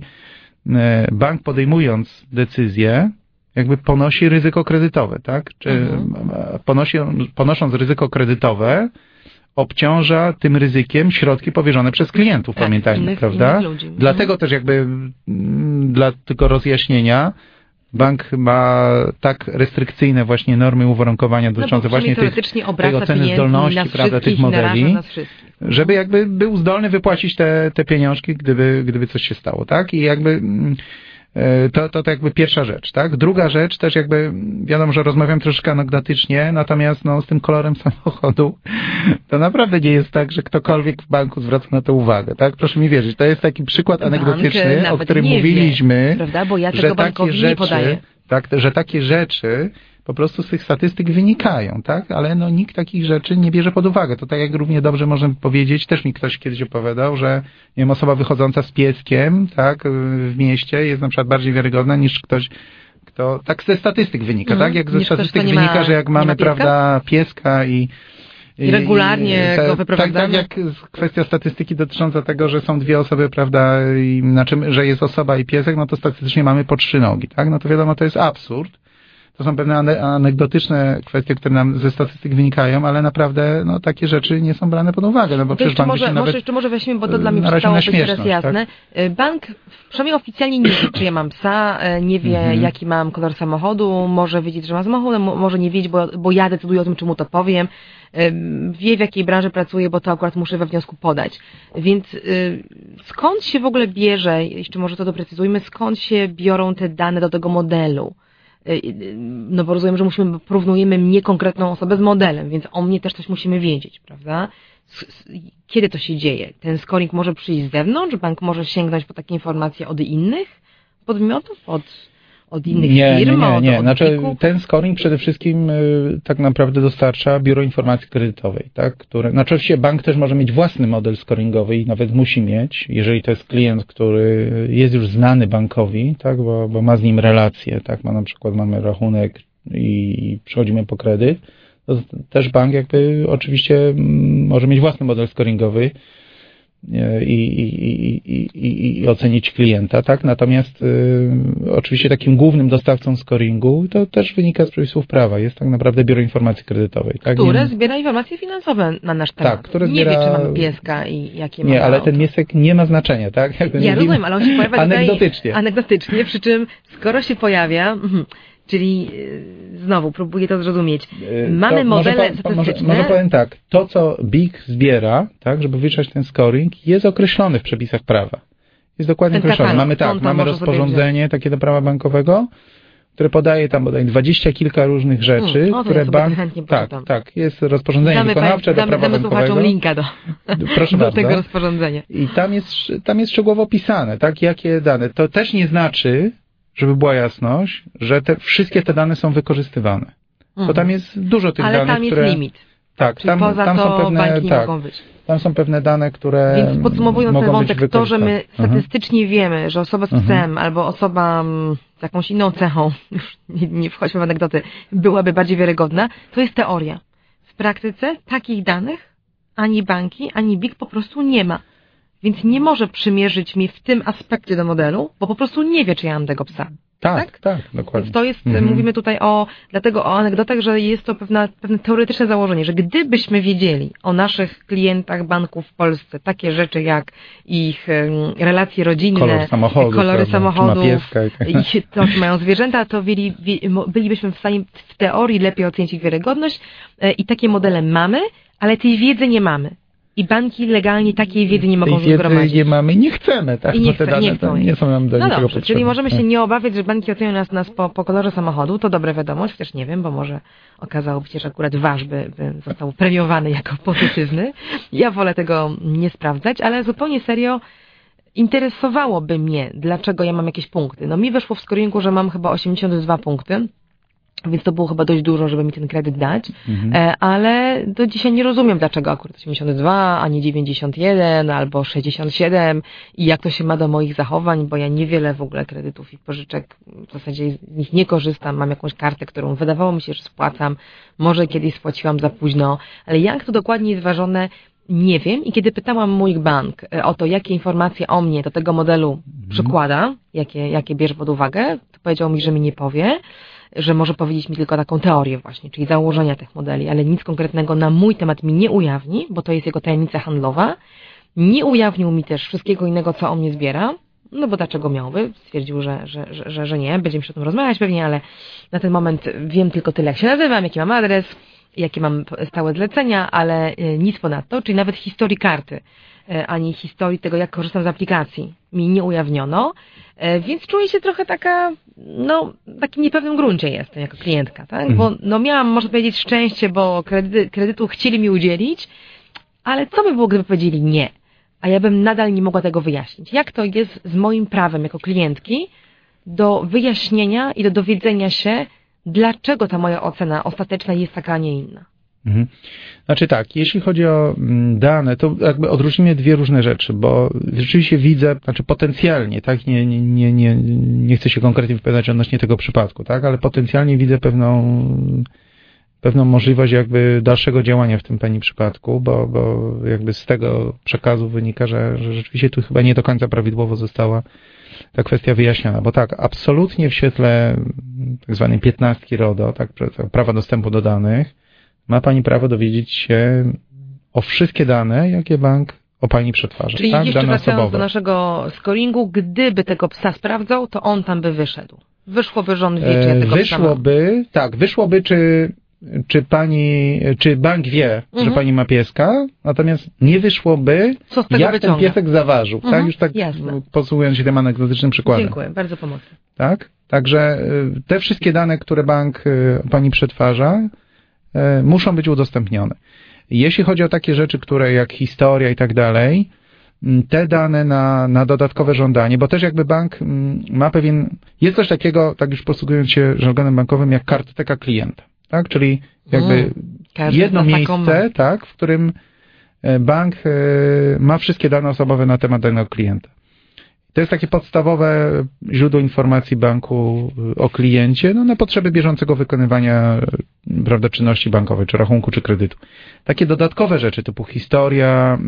bank podejmując decyzję, jakby ponosi ryzyko kredytowe, tak? Czy mhm. ponosi, ponosząc ryzyko kredytowe, obciąża tym ryzykiem środki powierzone przez klientów, tak, pamiętajmy, innych, prawda? Innych ludzi. Dlatego mhm. też jakby dla tylko rozjaśnienia, bank ma tak restrykcyjne właśnie normy uwarunkowania dotyczące no właśnie tych, tej oceny zdolności, prawda, tych modeli, żeby jakby był zdolny wypłacić te, te pieniążki, gdyby, gdyby coś się stało, tak? I jakby to, to, to jakby pierwsza rzecz, tak? Druga rzecz też jakby, wiadomo, że rozmawiam troszkę anegdotycznie, natomiast no, z tym kolorem samochodu to naprawdę nie jest tak, że ktokolwiek w banku zwraca na to uwagę, tak? Proszę mi wierzyć, to jest taki przykład Bank anegdotyczny, o którym mówiliśmy, wie, prawda? Bo ja że takie rzeczy, tak, że takie rzeczy po prostu z tych statystyk wynikają, tak? Ale no nikt takich rzeczy nie bierze pod uwagę. To tak jak równie dobrze możemy powiedzieć, też mi ktoś kiedyś opowiadał, że nie wiem, osoba wychodząca z pieskiem, tak, w mieście jest na przykład bardziej wiarygodna niż ktoś, kto, tak ze statystyk wynika, mm, tak? Jak ze statystyk ktoś, wynika, ma, że jak mamy, pieska? prawda, pieska i I regularnie i, go wyprowadzamy. Tak, tak jak kwestia statystyki dotycząca tego, że są dwie osoby, prawda, i, znaczy, że jest osoba i piesek, no to statystycznie mamy po trzy nogi, tak? No to wiadomo, to jest absurd. To są pewne anegdotyczne kwestie, które nam ze statystyk wynikają, ale naprawdę no, takie rzeczy nie są brane pod uwagę. No bo to przecież bank może, się nawet może jeszcze może weźmiemy, bo to dla mnie przestało być teraz jasne. Tak? Bank przynajmniej oficjalnie nie wie, czy ja mam psa, nie wie, mhm. jaki mam kolor samochodu, może wiedzieć, że ma samochód, może nie wiedzieć, bo, bo ja decyduję o tym, czy mu to powiem. Wie, w jakiej branży pracuję, bo to akurat muszę we wniosku podać. Więc skąd się w ogóle bierze, jeszcze może to doprecyzujmy, skąd się biorą te dane do tego modelu? No bo rozumiem, że musimy, porównujemy mnie, konkretną osobę z modelem, więc o mnie też coś musimy wiedzieć, prawda? Kiedy to się dzieje? Ten scoring może przyjść z zewnątrz? Bank może sięgnąć po takie informacje od innych podmiotów? Od od innych nie, firm? Nie, nie, nie. Od, znaczy, od ten scoring przede wszystkim y, tak naprawdę dostarcza Biuro Informacji Kredytowej, tak? Które, znaczy oczywiście bank też może mieć własny model scoringowy i nawet musi mieć, jeżeli to jest klient, który jest już znany bankowi, tak? Bo, bo ma z nim relacje, tak? Ma na przykład, mamy rachunek i przechodzimy po kredyt, to też bank jakby oczywiście może mieć własny model scoringowy i, i, i, i, i ocenić klienta, tak? Natomiast y, oczywiście takim głównym dostawcą scoringu to też wynika z przepisów prawa. Jest tak naprawdę Biuro Informacji Kredytowej. Tak? Które Nie, zbiera informacje finansowe na nasz temat. tak, które nie zbiera... wie, czy mamy pieska i jakie mamy Nie, ale auto. ten piesek nie ma znaczenia, tak? Jak Ja mówimy, rozumiem, ale on się pojawia anegdotycznie. Tutaj, anegdotycznie, przy czym skoro się pojawia, czyli znowu próbuję to zrozumieć, mamy to modele może, statystyczne. może, może powiem tak, to co B I K zbiera, tak, żeby wyliczać ten scoring, jest określony w przepisach prawa. Jest dokładnie Ten określony. katalog, Mamy tak, mamy rozporządzenie takie do prawa bankowego, które podaje tam bodaj dwadzieścia kilka różnych rzeczy, hmm, o, które ja bank... Tak, tak, jest rozporządzenie damy wykonawcze damy, do prawa damy bankowego. Damy linka do, Proszę do bardzo. tego rozporządzenia. I tam jest, tam jest szczegółowo opisane, tak, jakie dane. To też nie znaczy, żeby była jasność, że te, wszystkie te dane są wykorzystywane. Mhm. Bo tam jest dużo tych Ale danych, tam jest które... limit. Tak, Czyli tam, poza tam to są pewne, banki nie tak, mogą być. tam są pewne dane, które Więc podsumowując mogą ten wątek, być to, że my wykorzystane. statystycznie mhm. wiemy, że osoba z psem mhm. albo osoba z jakąś inną cechą, już nie, nie wchodźmy w anegdoty, byłaby bardziej wiarygodna, to jest teoria. W praktyce takich danych ani banki, ani B I K po prostu nie ma. Więc nie może przymierzyć mnie w tym aspekcie do modelu, bo po prostu nie wie, czy ja mam tego psa. Tak, tak, tak, dokładnie. Więc to jest, mhm. mówimy tutaj o, dlatego o anegdotach, że jest to pewna, pewne teoretyczne założenie, że gdybyśmy wiedzieli o naszych klientach banków w Polsce takie rzeczy jak ich um, relacje rodzinne, kolor samochodu, kolory prawda, samochodów pieska i, tak. i to, czy mają zwierzęta, to byli, bylibyśmy w stanie w teorii lepiej ocenić ich wiarygodność i takie modele mamy, ale tej wiedzy nie mamy. I banki legalnie takiej wiedzy nie mogą tej wiedzy zgromadzić. nie mamy i nie chcemy, tak? I nie, bo te chce, dane nie, chcą nie są nam do no niczego dobrze, potrzebne. czyli możemy się nie obawiać, że banki ocenią nas, nas po, po kolorze samochodu, to dobra wiadomość, chociaż nie wiem, bo może okazałoby się, że akurat wasz by, by został premiowany jako pozytywny. Ja wolę tego nie sprawdzać, ale zupełnie serio interesowałoby mnie, dlaczego ja mam jakieś punkty. No mi weszło w scoringu, że mam chyba osiemdziesiąt dwa punkty, więc to było chyba dość dużo, żeby mi ten kredyt dać, mhm. ale do dzisiaj nie rozumiem, dlaczego akurat osiemdziesiąt dwa, a nie dziewięćdziesiąt jeden albo sześćdziesiąt siedem i jak to się ma do moich zachowań, bo ja niewiele w ogóle kredytów i pożyczek w zasadzie z nich nie korzystam, mam jakąś kartę, którą wydawało mi się, że spłacam, może kiedyś spłaciłam za późno, ale jak to dokładnie jest ważone, nie wiem i kiedy pytałam mój bank o to, jakie informacje o mnie do tego modelu mhm. przykłada, jakie, jakie bierze pod uwagę, to powiedział mi, że mi nie powie, że może powiedzieć mi tylko taką teorię właśnie, czyli założenia tych modeli, ale nic konkretnego na mój temat mi nie ujawni, bo to jest jego tajemnica handlowa. Nie ujawnił mi też wszystkiego innego, co o mnie zbiera, no bo dlaczego miałby? Stwierdził, że, że, że, że nie, będziemy się o tym rozmawiać pewnie, ale na ten moment wiem tylko tyle, jak się nazywam, jaki mam adres, jakie mam stałe zlecenia, ale nic ponadto, czyli nawet historii karty, ani historii tego, jak korzystam z aplikacji mi nie ujawniono, więc czuję się trochę taka, no, w takim niepewnym gruncie jestem jako klientka, tak? Bo no miałam, można powiedzieć, szczęście, bo kredyty, kredytu chcieli mi udzielić, ale co by było, gdyby powiedzieli nie? A ja bym nadal nie mogła tego wyjaśnić. Jak to jest z moim prawem jako klientki do wyjaśnienia i do dowiedzenia się, dlaczego ta moja ocena ostateczna jest taka, a nie inna? Mhm. Znaczy tak, jeśli chodzi o dane, to jakby odróżnimy dwie różne rzeczy, bo rzeczywiście widzę, znaczy potencjalnie, tak, nie, nie, nie, nie, nie chcę się konkretnie wypowiadać odnośnie tego przypadku, tak, ale potencjalnie widzę pewną, pewną możliwość jakby dalszego działania w tym pani przypadku, bo, bo jakby z tego przekazu wynika, że, że rzeczywiście tu chyba nie do końca prawidłowo została ta kwestia wyjaśniona, bo tak, absolutnie w świetle tak zwanej piętnastki RODO, tak, prawa dostępu do danych, ma pani prawo dowiedzieć się o wszystkie dane, jakie bank o pani przetwarza. Czyli tak? jeszcze Dane wracając osobowe. do naszego scoringu, gdyby tego psa sprawdzał, to on tam by wyszedł. Wyszłoby, że on wie, czy ja tego Wyszłoby, psa tak, wyszłoby, czy, czy pani, czy bank wie, mhm. że pani ma pieska, natomiast nie wyszłoby, Co z tego jak wyciąga? ten piesek zaważył. Mhm. Tak, już tak Jasne. posługując się tym anegdotycznym przykładem. Dziękuję, bardzo pomocne. Tak? Także te wszystkie dane, które bank pani przetwarza, muszą być udostępnione. Jeśli chodzi o takie rzeczy, które jak historia i tak dalej, te dane na, na dodatkowe żądanie, bo też jakby bank ma pewien, jest coś takiego, tak już posługując się żargonem bankowym, jak kartoteka klienta, tak? Czyli jakby hmm, jedno miejsce, tak, w którym bank ma wszystkie dane osobowe na temat danego klienta. To jest takie podstawowe źródło informacji banku o kliencie, no, na potrzeby bieżącego wykonywania, prawda, czynności bankowej, czy rachunku, czy kredytu. Takie dodatkowe rzeczy typu historia,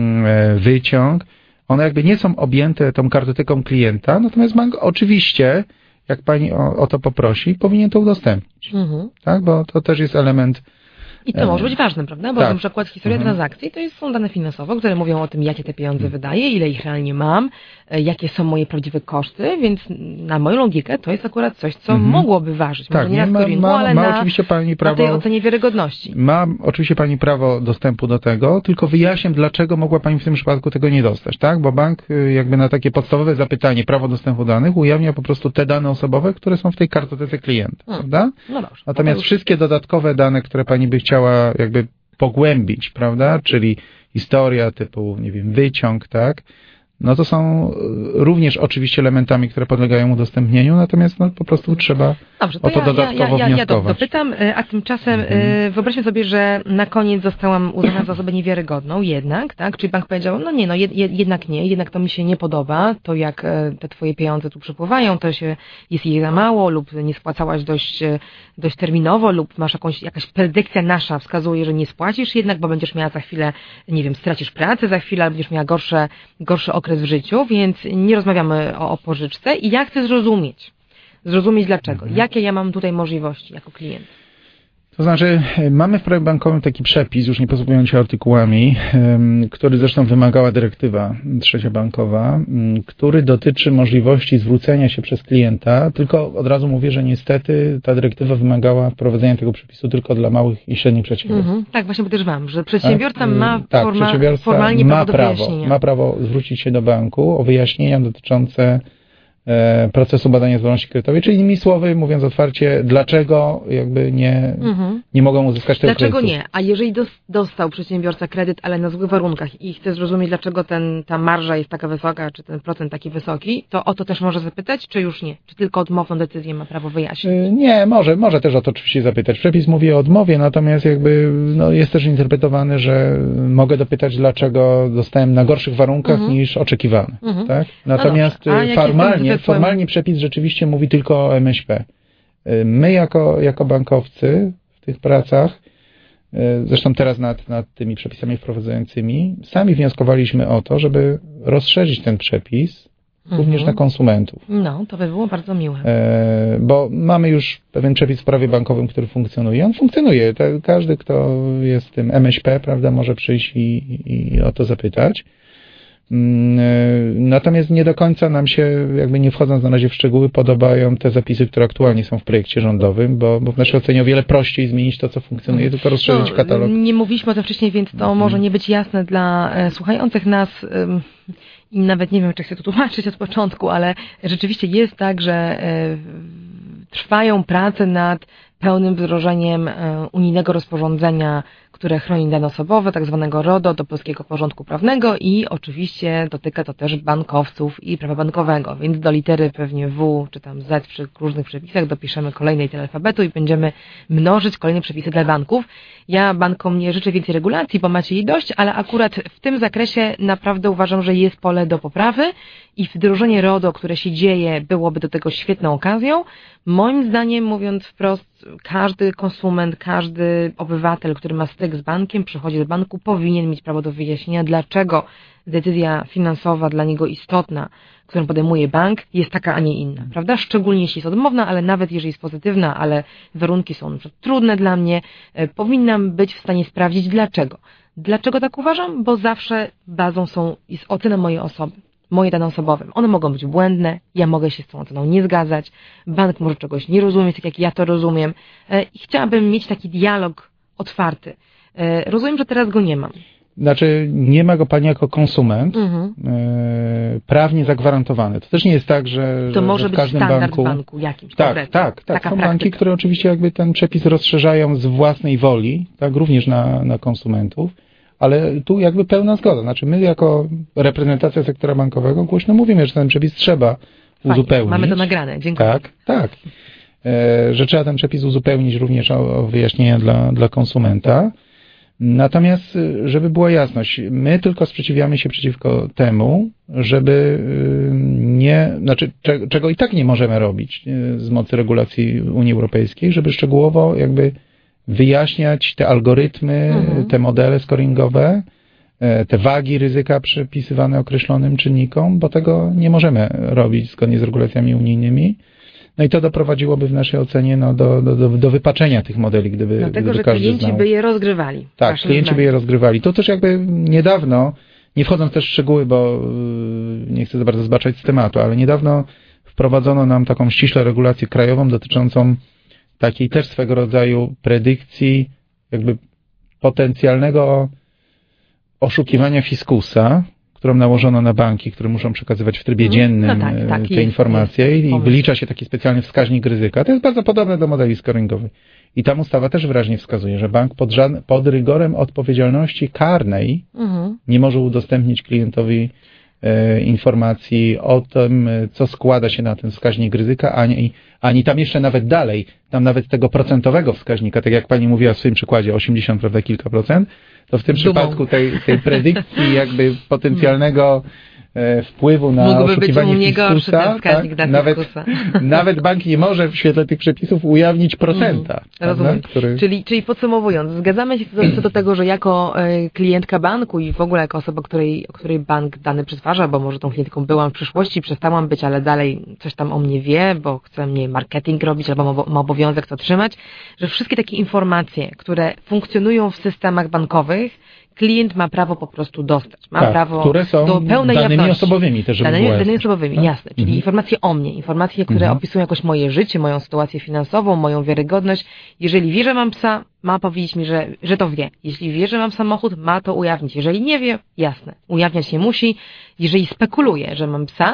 wyciąg, one jakby nie są objęte tą kartoteką klienta, natomiast bank oczywiście, jak pani o, o to poprosi, powinien to udostępnić. Mhm. Tak, bo to też jest element. I to może być ważne, prawda? Bo tak. Na przykład historia mhm. transakcji to jest, są dane finansowe, które mówią o tym, jakie te pieniądze mhm. wydaję, ile ich realnie mam, jakie są moje prawdziwe koszty, więc na moją logikę to jest akurat coś, co mhm. mogłoby ważyć. Może tak, nie na scoringu, ma, ale ma na, oczywiście pani prawo, na tej ocenie wiarygodności. Ma oczywiście pani prawo dostępu do tego, tylko wyjaśniam, dlaczego mogła pani w tym przypadku tego nie dostać, tak? Bo bank jakby na takie podstawowe zapytanie, prawo dostępu do danych, ujawnia po prostu te dane osobowe, które są w tej kartotece klienta, hmm. prawda? No dobrze. Natomiast już... wszystkie dodatkowe dane, które pani by chciała jakby pogłębić, prawda? Czyli historia typu, nie wiem, wyciąg, tak? No to są również oczywiście elementami, które podlegają udostępnieniu, natomiast no, po prostu trzeba Dobrze, to o to ja, dodatkowo ja, ja, wnioskować. Ja dopytam, a tymczasem mhm. wyobraźmy sobie, że na koniec zostałam uznana za osobę niewiarygodną, jednak, tak? Czyli bank powiedział, no nie, no jed, jednak nie, jednak to mi się nie podoba, to jak te twoje pieniądze tu przepływają, to się, jest ich za mało lub nie spłacałaś dość, dość terminowo lub masz jakąś, jakaś predykcja nasza wskazuje, że nie spłacisz jednak, bo będziesz miała za chwilę, nie wiem, stracisz pracę za chwilę, albo będziesz miała gorsze, gorszy okres w życiu, więc nie rozmawiamy o, o pożyczce i ja chcę zrozumieć. Zrozumieć dlaczego. Mhm. Jakie ja mam tutaj możliwości jako klient? To znaczy, mamy w prawie bankowym taki przepis, już nie posługując się artykułami, który zresztą wymagała dyrektywa trzecia bankowa, który dotyczy możliwości zwrócenia się przez klienta, tylko od razu mówię, że niestety ta dyrektywa wymagała wprowadzenia tego przepisu tylko dla małych i średnich przedsiębiorców. Mhm. Tak, właśnie podejrzewam, że przedsiębiorca tak? ma tak, forma, przedsiębiorca formalnie ma prawo do prawo, wyjaśnienia. ma prawo zwrócić się do banku o wyjaśnienia dotyczące procesu badania zdolności kredytowej, czyli innymi słowy, mówiąc otwarcie, dlaczego jakby nie, mhm. nie mogą uzyskać tego dlaczego kredytu. Dlaczego nie? A jeżeli dostał przedsiębiorca kredyt, ale na złych warunkach i chce zrozumieć, dlaczego ten, ta marża jest taka wysoka, czy ten procent taki wysoki, to o to też może zapytać, czy już nie? Czy tylko odmowną decyzję ma prawo wyjaśnić? Nie, może, może też o to oczywiście zapytać. Przepis mówi o odmowie, natomiast jakby no, jest też interpretowany, że mogę dopytać, dlaczego dostałem na gorszych warunkach mhm. niż oczekiwano. Mhm. Tak? Natomiast no formalnie Formalnie przepis rzeczywiście mówi tylko o M S P. My jako, jako bankowcy w tych pracach, zresztą teraz nad, nad tymi przepisami wprowadzającymi, sami wnioskowaliśmy o to, żeby rozszerzyć ten przepis mhm. również na konsumentów. No, to by było bardzo miłe. Bo mamy już pewien przepis w prawie bankowym, który funkcjonuje. On funkcjonuje. Każdy, kto jest w tym M S P, prawda, może przyjść i, i o to zapytać. Natomiast nie do końca nam się, jakby nie wchodząc na razie w szczegóły, podobają te zapisy, które aktualnie są w projekcie rządowym, bo, bo w naszej ocenie o wiele prościej zmienić to, co funkcjonuje, tylko rozszerzyć no, katalog. Nie mówiliśmy o tym wcześniej, więc to hmm. może nie być jasne dla e, słuchających nas um, i nawet nie wiem, czy chcę to tłumaczyć od początku, ale rzeczywiście jest tak, że e, trwają prace nad pełnym wdrożeniem e, unijnego rozporządzenia, które chroni dane osobowe, tak zwanego RODO, do polskiego porządku prawnego i oczywiście dotyka to też bankowców i prawa bankowego, więc do litery pewnie W czy tam Z przy różnych przepisach dopiszemy kolejnej litery alfabetu i będziemy mnożyć kolejne przepisy dla banków. Ja bankom nie życzę więcej regulacji, bo macie jej dość, ale akurat w tym zakresie naprawdę uważam, że jest pole do poprawy i wdrożenie RODO, które się dzieje, byłoby do tego świetną okazją. Moim zdaniem, mówiąc wprost, każdy konsument, każdy obywatel, który ma styk z bankiem, przychodzi do banku, powinien mieć prawo do wyjaśnienia, dlaczego decyzja finansowa dla niego istotna, którą podejmuje bank, jest taka, a nie inna, prawda? Szczególnie jeśli jest odmowna, ale nawet jeżeli jest pozytywna, ale warunki są trudne dla mnie, powinnam być w stanie sprawdzić dlaczego. Dlaczego tak uważam? Bo zawsze bazą są, jest ocena mojej osoby. Moje dane osobowe. One mogą być błędne, ja mogę się z tą oceną nie zgadzać, bank może czegoś nie rozumieć, tak jak ja to rozumiem i chciałabym mieć taki dialog otwarty. Rozumiem, że teraz go nie mam. Znaczy, nie ma go pani jako konsument mhm. prawnie zagwarantowany. To też nie jest tak, że, to że, może że w być każdym standard banku... w banku jakimś. Tak, tak, tak. Taka są praktyka. Banki, które oczywiście jakby ten przepis rozszerzają z własnej woli, tak, również na, na konsumentów. ale tu jakby pełna zgoda. Znaczy my jako reprezentacja sektora bankowego głośno mówimy, że ten przepis trzeba Fajnie, uzupełnić. mamy to nagrane, dziękuję. Tak, tak. E, że trzeba ten przepis uzupełnić również o, o wyjaśnienia dla, dla konsumenta. Natomiast, żeby była jasność, my tylko sprzeciwiamy się przeciwko temu, żeby nie, znaczy czego i tak nie możemy robić z mocy regulacji Unii Europejskiej, żeby szczegółowo jakby wyjaśniać te algorytmy, mhm. te modele scoringowe, te wagi ryzyka przypisywane określonym czynnikom, bo tego nie możemy robić zgodnie z regulacjami unijnymi. No i to doprowadziłoby w naszej ocenie no, do, do, do wypaczenia tych modeli, gdyby, Dlatego, gdyby że każdy klienci znał. by je rozgrywali. Tak, klienci zdaniem. by je rozgrywali. To też jakby niedawno, nie wchodząc też w szczegóły, bo nie chcę za bardzo zbaczać z tematu, ale niedawno wprowadzono nam taką ściśle regulację krajową dotyczącą takiej też swego rodzaju predykcji jakby potencjalnego oszukiwania fiskusa, którą nałożono na banki, które muszą przekazywać w trybie dziennym no tak, tak, te jest, informacje jest, i wylicza się taki specjalny wskaźnik ryzyka. To jest bardzo podobne do modeli scoringowych. I tam ustawa też wyraźnie wskazuje, że bank pod, żadne, pod rygorem odpowiedzialności karnej mhm. nie może udostępnić klientowi e, informacji o tym, co składa się na ten wskaźnik ryzyka, ani, ani tam jeszcze nawet dalej, tam nawet tego procentowego wskaźnika, tak jak pani mówiła w swoim przykładzie, osiemdziesiąt, prawda, kilka procent, to w tym Dumą. przypadku tej, tej predykcji jakby potencjalnego e, wpływu na Mógłby oszukiwanie fiskusa, tak, nawet, nawet bank nie może w świetle tych przepisów ujawnić procenta. Mm, rozumiem. Który... Czyli, czyli podsumowując, zgadzamy się co do, co do tego, że jako e, klientka banku i w ogóle jako osoba, której, której bank dany przetwarza, bo może tą klientką byłam w przyszłości, przestałam być, ale dalej coś tam o mnie wie, bo chce mnie marketing robić albo ma obowiązek to trzymać, że wszystkie takie informacje, które funkcjonują w systemach bankowych, klient ma prawo po prostu dostać. Ma tak, prawo które są do pełnej danymi jawności. osobowymi też, żeby Danymi, było danymi osobowymi, tak? Jasne. Czyli mhm. informacje o mnie, informacje, które mhm. opisują jakoś moje życie, moją sytuację finansową, moją wiarygodność. Jeżeli wie, że mam psa, ma powiedzieć mi, że, że to wie. Jeśli wie, że mam samochód, ma to ujawnić. Jeżeli nie wie, jasne. Ujawniać nie musi. Jeżeli spekuluje, że mam psa,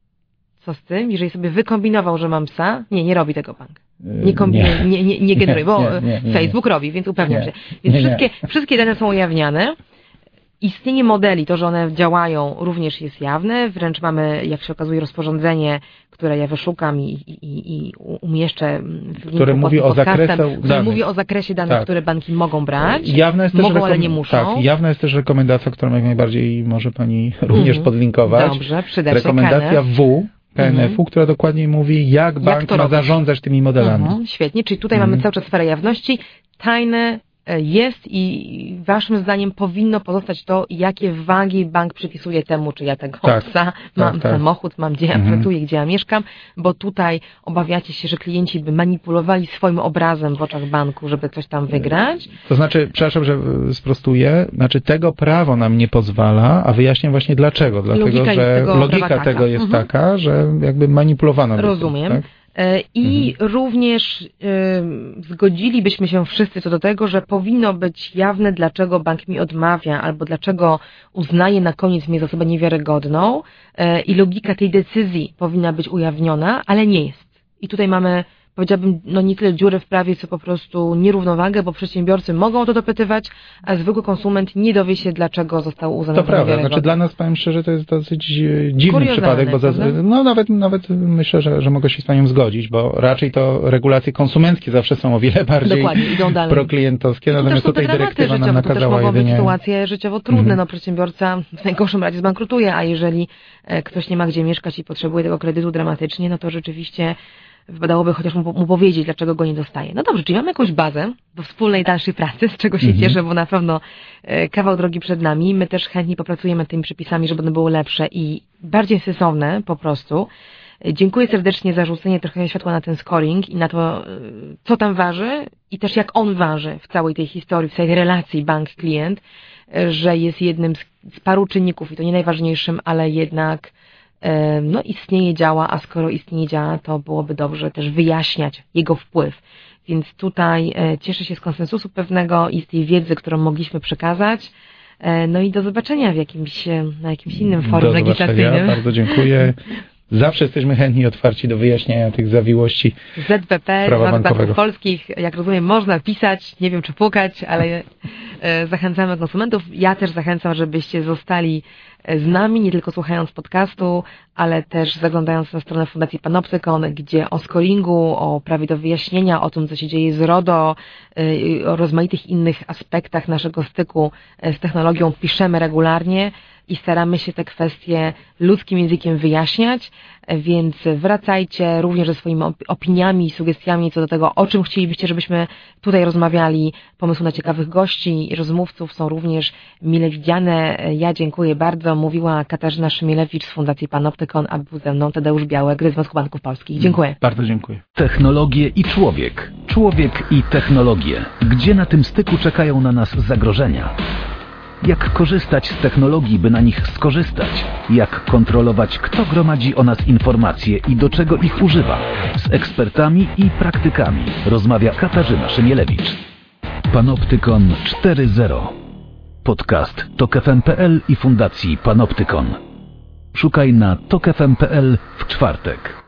co z tym? Jeżeli sobie wykombinował, że mam psa, nie, nie robi tego bank. Nie, kombinuje, nie, nie, nie generuje, bo nie, nie, nie, Facebook nie. robi, więc upewniam się. Więc nie, wszystkie, nie. wszystkie dane są ujawniane. Istnienie modeli, to, że one działają, również jest jawne. Wręcz mamy, jak się okazuje, rozporządzenie, które ja wyszukam i, i, i umieszczę w które mówi o zakresie które mówi o zakresie danych, tak. które banki mogą brać. Jawna jest mogą, też ale nie muszą. Tak, jawna jest też rekomendacja, którą jak najbardziej może pani również mm. podlinkować. Dobrze, przyda się. Rekomendacja W. K N F-u, która dokładnie mówi, jak bank jak ma robić? zarządzać tymi modelami. Mhm, świetnie, czyli tutaj mhm. mamy cały czas sferę jawności. Tajne jest i waszym zdaniem powinno pozostać to, jakie wagi bank przypisuje temu, czy ja tego tak, psa mam, tak, tak. samochód mam, gdzie ja mhm. pracuję, gdzie ja mieszkam, bo tutaj obawiacie się, że klienci by manipulowali swoim obrazem w oczach banku, żeby coś tam wygrać. To znaczy, przepraszam, że sprostuję, znaczy tego prawo nam nie pozwala, a wyjaśniam właśnie dlaczego. Dlatego, logika że tego logika tego jest mhm. taka, że jakby manipulowano. Rozumiem. Tak? I mhm. również y, zgodzilibyśmy się wszyscy co do tego, że powinno być jawne, dlaczego bank mi odmawia, albo dlaczego uznaje na koniec mnie za osobę niewiarygodną y, i logika tej decyzji powinna być ujawniona, ale nie jest. I tutaj mamy, powiedziałabym, no nie tyle dziury w prawie, co po prostu nierównowagę, bo przedsiębiorcy mogą to dopytywać, a zwykły konsument nie dowie się, dlaczego został uznany za niewiarygodny. To prawda, znaczy dla nas, powiem szczerze, to jest dosyć dziwny Kuriozalne, przypadek, bo za, no nawet, nawet myślę, że, że mogę się z panią zgodzić, bo raczej to regulacje konsumenckie zawsze są o wiele bardziej proklientowskie, natomiast tutaj dyrektywa nam nakazała jedynie... To też mogą być sytuacje życiowo trudne, mhm. no przedsiębiorca w najgorszym razie zbankrutuje, a jeżeli ktoś nie ma gdzie mieszkać i potrzebuje tego kredytu dramatycznie, no to rzeczywiście wypadałoby chociaż mu, mu powiedzieć, dlaczego go nie dostaje. No dobrze, czyli mamy jakąś bazę do wspólnej dalszej pracy, z czego się mhm. cieszę, bo na pewno e, kawał drogi przed nami. My też chętnie popracujemy nad tymi przepisami, żeby one były lepsze i bardziej sensowne po prostu. E, dziękuję serdecznie za rzucenie trochę światła na ten scoring i na to, e, co tam waży i też jak on waży w całej tej historii, w całej relacji bank-klient, e, że jest jednym z, z paru czynników i to nie najważniejszym, ale jednak no istnieje, działa, a skoro istnieje, działa, to byłoby dobrze też wyjaśniać jego wpływ. Więc tutaj e, cieszę się z konsensusu pewnego i z tej wiedzy, którą mogliśmy przekazać. E, no i do zobaczenia w jakimś, na jakimś innym forum legislacyjnym. Bardzo dziękuję. zawsze jesteśmy chętni i otwarci do wyjaśniania tych zawiłości Z B P, prawa Banków bankowego. Polskich, jak rozumiem, można pisać, nie wiem czy pukać, ale e, zachęcamy konsumentów. Ja też zachęcam, żebyście zostali z nami, nie tylko słuchając podcastu, ale też zaglądając na stronę Fundacji Panoptykon, gdzie o scoringu, o prawie do wyjaśnienia, o tym, co się dzieje z RODO, y, o rozmaitych innych aspektach naszego styku z technologią piszemy regularnie i staramy się te kwestie ludzkim językiem wyjaśniać, więc wracajcie również ze swoimi opiniami i sugestiami co do tego, o czym chcielibyście, żebyśmy tutaj rozmawiali. Pomysły na ciekawych gości i rozmówców są również mile widziane. Ja dziękuję bardzo. Mówiła Katarzyna Szymielewicz z Fundacji Panoptykon, a był ze mną Tadeusz Białek z Związku Banków Polskich. Dziękuję. Bardzo dziękuję. Technologie i człowiek. Człowiek i technologie. Gdzie na tym styku czekają na nas zagrożenia? Jak korzystać z technologii, by na nich skorzystać? Jak kontrolować, kto gromadzi o nas informacje i do czego ich używa? Z ekspertami i praktykami rozmawia Katarzyna Szymielewicz. Panoptykon cztery zero. Podcast tok f m kropka p l i Fundacji Panoptykon. Szukaj na tok f m kropka p l w czwartek.